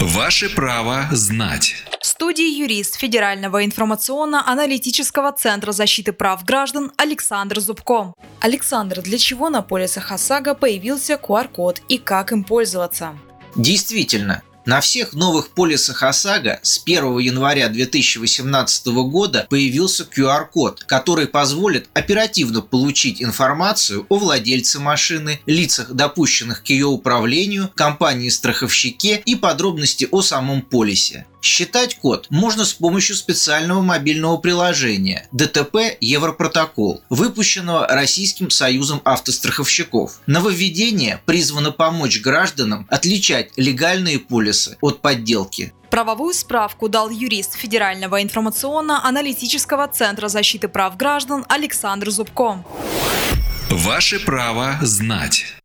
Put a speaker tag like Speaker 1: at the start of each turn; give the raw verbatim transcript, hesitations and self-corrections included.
Speaker 1: Ваше право знать.
Speaker 2: В студии юрист Федерального информационно-аналитического центра защиты прав граждан Александр Зубко. Александр, для чего на полисах ОСАГО появился ку ар код и как им пользоваться?
Speaker 3: Действительно, на всех новых полисах ОСАГО с первого января две тысячи восемнадцатого года появился ку ар код, который позволит оперативно получить информацию о владельце машины, лицах, допущенных к ее управлению, компании-страховщике и подробности о самом полисе. Считать код можно с помощью специального мобильного приложения дэ тэ пэ Европротокол, выпущенного Российским союзом автостраховщиков. Нововведение призвано помочь гражданам отличать легальные полисы от подделки.
Speaker 2: Правовую справку дал юрист Федерального информационно-аналитического центра защиты прав граждан Александр Зубко.
Speaker 1: Ваше право знать.